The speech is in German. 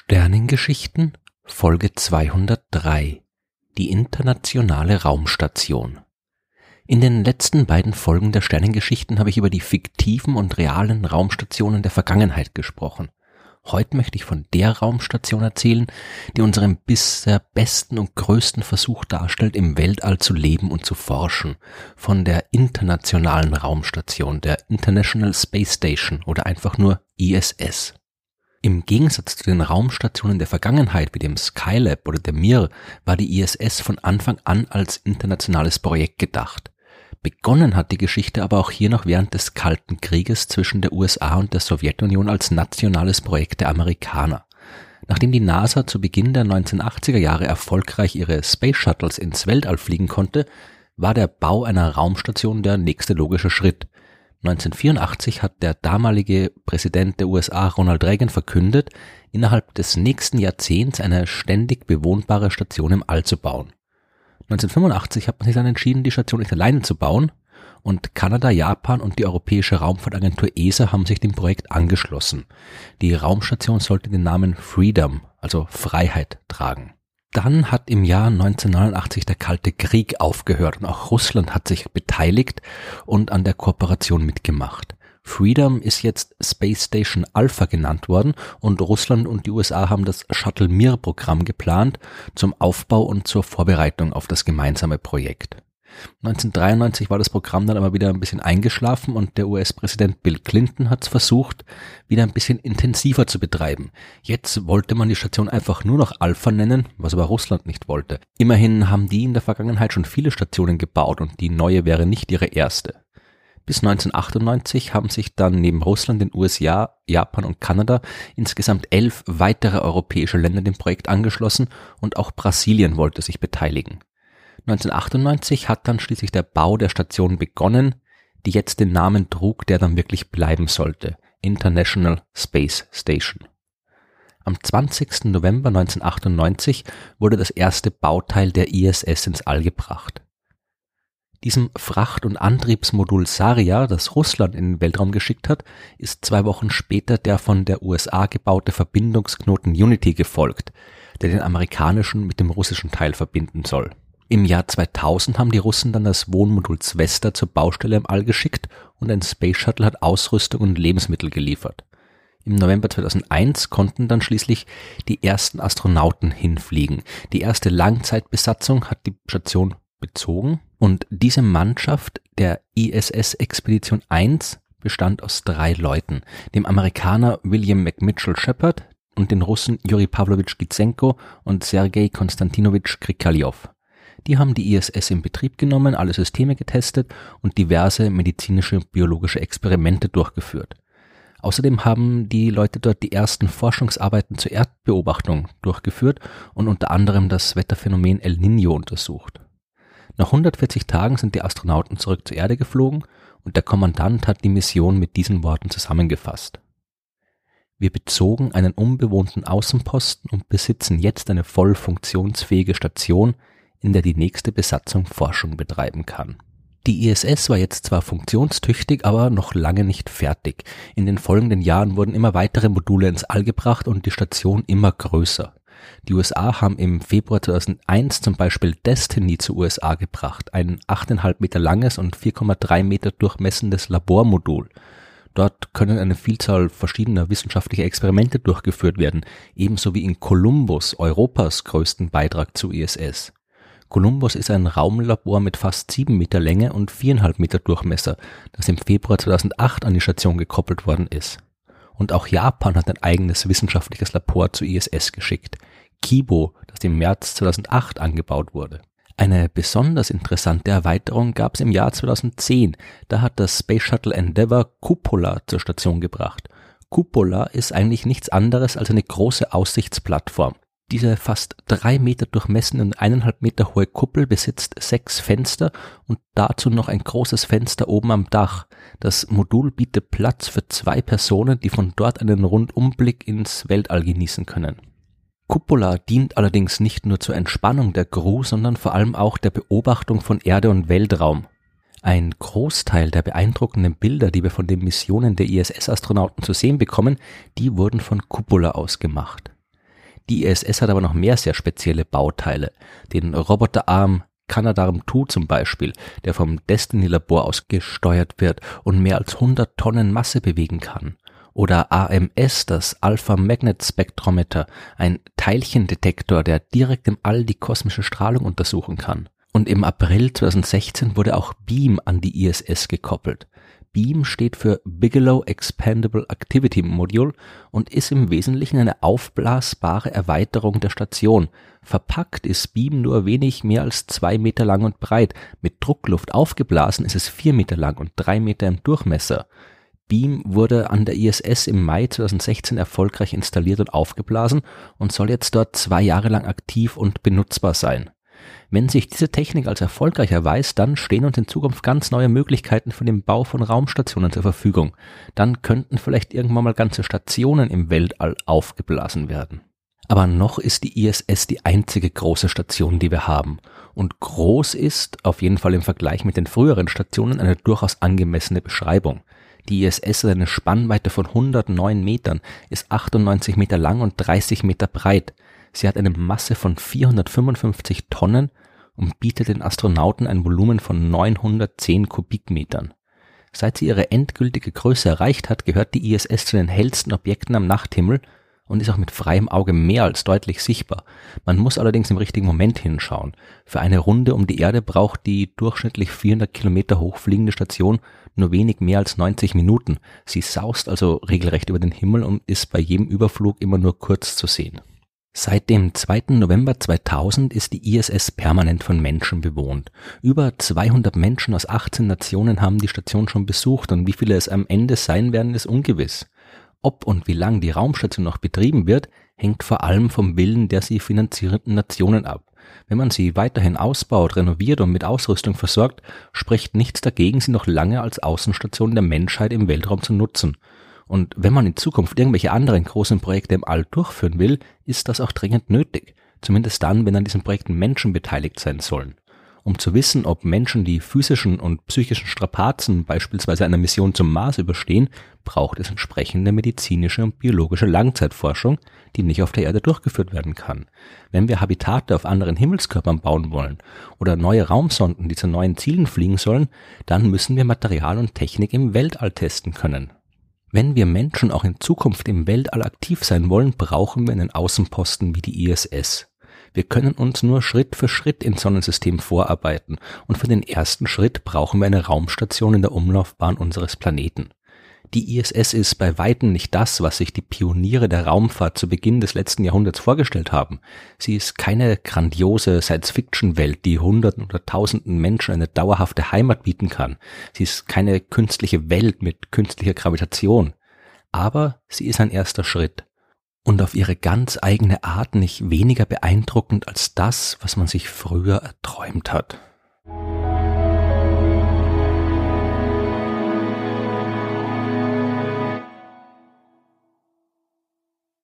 Sternengeschichten Folge 203 Die internationale Raumstation. In den letzten beiden Folgen der Sternengeschichten habe ich über die fiktiven und realen Raumstationen der Vergangenheit gesprochen. Heute möchte ich von der Raumstation erzählen, die unseren bisher besten und größten Versuch darstellt, im Weltall zu leben und zu forschen. Von der internationalen Raumstation, der International Space Station oder einfach nur ISS. Im Gegensatz zu den Raumstationen der Vergangenheit wie dem Skylab oder der Mir war die ISS von Anfang an als internationales Projekt gedacht. Begonnen hat die Geschichte aber auch hier noch während des Kalten Krieges zwischen der USA und der Sowjetunion als nationales Projekt der Amerikaner. Nachdem die NASA zu Beginn der 1980er Jahre erfolgreich ihre Space Shuttles ins Weltall fliegen konnte, war der Bau einer Raumstation der nächste logische Schritt. 1984 hat der damalige Präsident der USA Ronald Reagan verkündet, innerhalb des nächsten Jahrzehnts eine ständig bewohnbare Station im All zu bauen. 1985 hat man sich dann entschieden, die Station nicht alleine zu bauen, und Kanada, Japan und die Europäische Raumfahrtagentur ESA haben sich dem Projekt angeschlossen. Die Raumstation sollte den Namen Freedom, also Freiheit, tragen. Dann hat im Jahr 1989 der Kalte Krieg aufgehört und auch Russland hat sich beteiligt und an der Kooperation mitgemacht. Freedom ist jetzt Space Station Alpha genannt worden und Russland und die USA haben das Shuttle Mir-Programm geplant zum Aufbau und zur Vorbereitung auf das gemeinsame Projekt. 1993 war das Programm dann aber wieder ein bisschen eingeschlafen und der US-Präsident Bill Clinton hat es versucht, wieder ein bisschen intensiver zu betreiben. Jetzt wollte man die Station einfach nur noch Alpha nennen, was aber Russland nicht wollte. Immerhin haben die in der Vergangenheit schon viele Stationen gebaut und die neue wäre nicht ihre erste. Bis 1998 haben sich dann neben Russland, den USA, Japan und Kanada insgesamt 11 weitere europäische Länder dem Projekt angeschlossen und auch Brasilien wollte sich beteiligen. 1998 hat dann schließlich der Bau der Station begonnen, die jetzt den Namen trug, der dann wirklich bleiben sollte, International Space Station. Am 20. November 1998 wurde das erste Bauteil der ISS ins All gebracht. Diesem Fracht- und Antriebsmodul Zarya, das Russland in den Weltraum geschickt hat, ist 2 Wochen später der von der USA gebaute Verbindungsknoten Unity gefolgt, der den amerikanischen mit dem russischen Teil verbinden soll. Im Jahr 2000 haben die Russen dann das Wohnmodul Zvezda zur Baustelle im All geschickt und ein Space Shuttle hat Ausrüstung und Lebensmittel geliefert. Im November 2001 konnten dann schließlich die ersten Astronauten hinfliegen. Die erste Langzeitbesatzung hat die Station bezogen und diese Mannschaft der ISS-Expedition 1 bestand aus 3 Leuten, dem Amerikaner William McMitchell Shepard und den Russen Juri Pawlowitsch Gitsenko und Sergei Konstantinowitsch Krikalev. Die haben die ISS in Betrieb genommen, alle Systeme getestet und diverse medizinische und biologische Experimente durchgeführt. Außerdem haben die Leute dort die ersten Forschungsarbeiten zur Erdbeobachtung durchgeführt und unter anderem das Wetterphänomen El Niño untersucht. Nach 140 Tagen sind die Astronauten zurück zur Erde geflogen und der Kommandant hat die Mission mit diesen Worten zusammengefasst. Wir bezogen einen unbewohnten Außenposten und besitzen jetzt eine voll funktionsfähige Station, in der die nächste Besatzung Forschung betreiben kann. Die ISS war jetzt zwar funktionstüchtig, aber noch lange nicht fertig. In den folgenden Jahren wurden immer weitere Module ins All gebracht und die Station immer größer. Die USA haben im Februar 2001 zum Beispiel Destiny zur USA gebracht, ein 8,5 Meter langes und 4,3 Meter durchmessendes Labormodul. Dort können eine Vielzahl verschiedener wissenschaftlicher Experimente durchgeführt werden, ebenso wie in Columbus, Europas größten Beitrag zur ISS. Columbus ist ein Raumlabor mit fast 7 Meter Länge und 4,5 Meter Durchmesser, das im Februar 2008 an die Station gekoppelt worden ist. Und auch Japan hat ein eigenes wissenschaftliches Labor zur ISS geschickt, Kibo, das im März 2008 angebaut wurde. Eine besonders interessante Erweiterung gab es im Jahr 2010, da hat das Space Shuttle Endeavour Cupola zur Station gebracht. Cupola ist eigentlich nichts anderes als eine große Aussichtsplattform. Diese fast 3 Meter durchmessene und 1,5 Meter hohe Kuppel besitzt 6 Fenster und dazu noch ein großes Fenster oben am Dach. Das Modul bietet Platz für 2 Personen, die von dort einen Rundumblick ins Weltall genießen können. Cupola dient allerdings nicht nur zur Entspannung der Crew, sondern vor allem auch der Beobachtung von Erde und Weltraum. Ein Großteil der beeindruckenden Bilder, die wir von den Missionen der ISS-Astronauten zu sehen bekommen, die wurden von Cupola aus gemacht. Die ISS hat aber noch mehr sehr spezielle Bauteile. Den Roboterarm Canadarm2 zum Beispiel, der vom Destiny-Labor aus gesteuert wird und mehr als 100 Tonnen Masse bewegen kann. Oder AMS, das Alpha Magnet Spectrometer, ein Teilchendetektor, der direkt im All die kosmische Strahlung untersuchen kann. Und im April 2016 wurde auch BEAM an die ISS gekoppelt. BEAM steht für Bigelow Expandable Activity Module und ist im Wesentlichen eine aufblasbare Erweiterung der Station. Verpackt ist BEAM nur wenig mehr als 2 Meter lang und breit. Mit Druckluft aufgeblasen ist es 4 Meter lang und 3 Meter im Durchmesser. BEAM wurde an der ISS im Mai 2016 erfolgreich installiert und aufgeblasen und soll jetzt dort 2 Jahre lang aktiv und benutzbar sein. Wenn sich diese Technik als erfolgreich erweist, dann stehen uns in Zukunft ganz neue Möglichkeiten für den Bau von Raumstationen zur Verfügung. Dann könnten vielleicht irgendwann mal ganze Stationen im Weltall aufgeblasen werden. Aber noch ist die ISS die einzige große Station, die wir haben. Und groß ist, auf jeden Fall im Vergleich mit den früheren Stationen, eine durchaus angemessene Beschreibung. Die ISS hat eine Spannweite von 109 Metern, ist 98 Meter lang und 30 Meter breit. Sie hat eine Masse von 455 Tonnen und bietet den Astronauten ein Volumen von 910 Kubikmetern. Seit sie ihre endgültige Größe erreicht hat, gehört die ISS zu den hellsten Objekten am Nachthimmel und ist auch mit freiem Auge mehr als deutlich sichtbar. Man muss allerdings im richtigen Moment hinschauen. Für eine Runde um die Erde braucht die durchschnittlich 400 Kilometer hochfliegende Station nur wenig mehr als 90 Minuten. Sie saust also regelrecht über den Himmel und ist bei jedem Überflug immer nur kurz zu sehen. Seit dem 2. November 2000 ist die ISS permanent von Menschen bewohnt. Über 200 Menschen aus 18 Nationen haben die Station schon besucht und wie viele es am Ende sein werden, ist ungewiss. Ob und wie lang die Raumstation noch betrieben wird, hängt vor allem vom Willen der sie finanzierenden Nationen ab. Wenn man sie weiterhin ausbaut, renoviert und mit Ausrüstung versorgt, spricht nichts dagegen, sie noch lange als Außenstation der Menschheit im Weltraum zu nutzen. Und wenn man in Zukunft irgendwelche anderen großen Projekte im All durchführen will, ist das auch dringend nötig. Zumindest dann, wenn an diesen Projekten Menschen beteiligt sein sollen. Um zu wissen, ob Menschen die physischen und psychischen Strapazen beispielsweise einer Mission zum Mars überstehen, braucht es entsprechende medizinische und biologische Langzeitforschung, die nicht auf der Erde durchgeführt werden kann. Wenn wir Habitate auf anderen Himmelskörpern bauen wollen oder neue Raumsonden, die zu neuen Zielen fliegen sollen, dann müssen wir Material und Technik im Weltall testen können. Wenn wir Menschen auch in Zukunft im Weltall aktiv sein wollen, brauchen wir einen Außenposten wie die ISS. Wir können uns nur Schritt für Schritt ins Sonnensystem vorarbeiten und für den ersten Schritt brauchen wir eine Raumstation in der Umlaufbahn unseres Planeten. Die ISS ist bei weitem nicht das, was sich die Pioniere der Raumfahrt zu Beginn des letzten Jahrhunderts vorgestellt haben. Sie ist keine grandiose Science-Fiction-Welt, die Hunderten oder Tausenden Menschen eine dauerhafte Heimat bieten kann. Sie ist keine künstliche Welt mit künstlicher Gravitation. Aber sie ist ein erster Schritt. Und auf ihre ganz eigene Art nicht weniger beeindruckend als das, was man sich früher erträumt hat.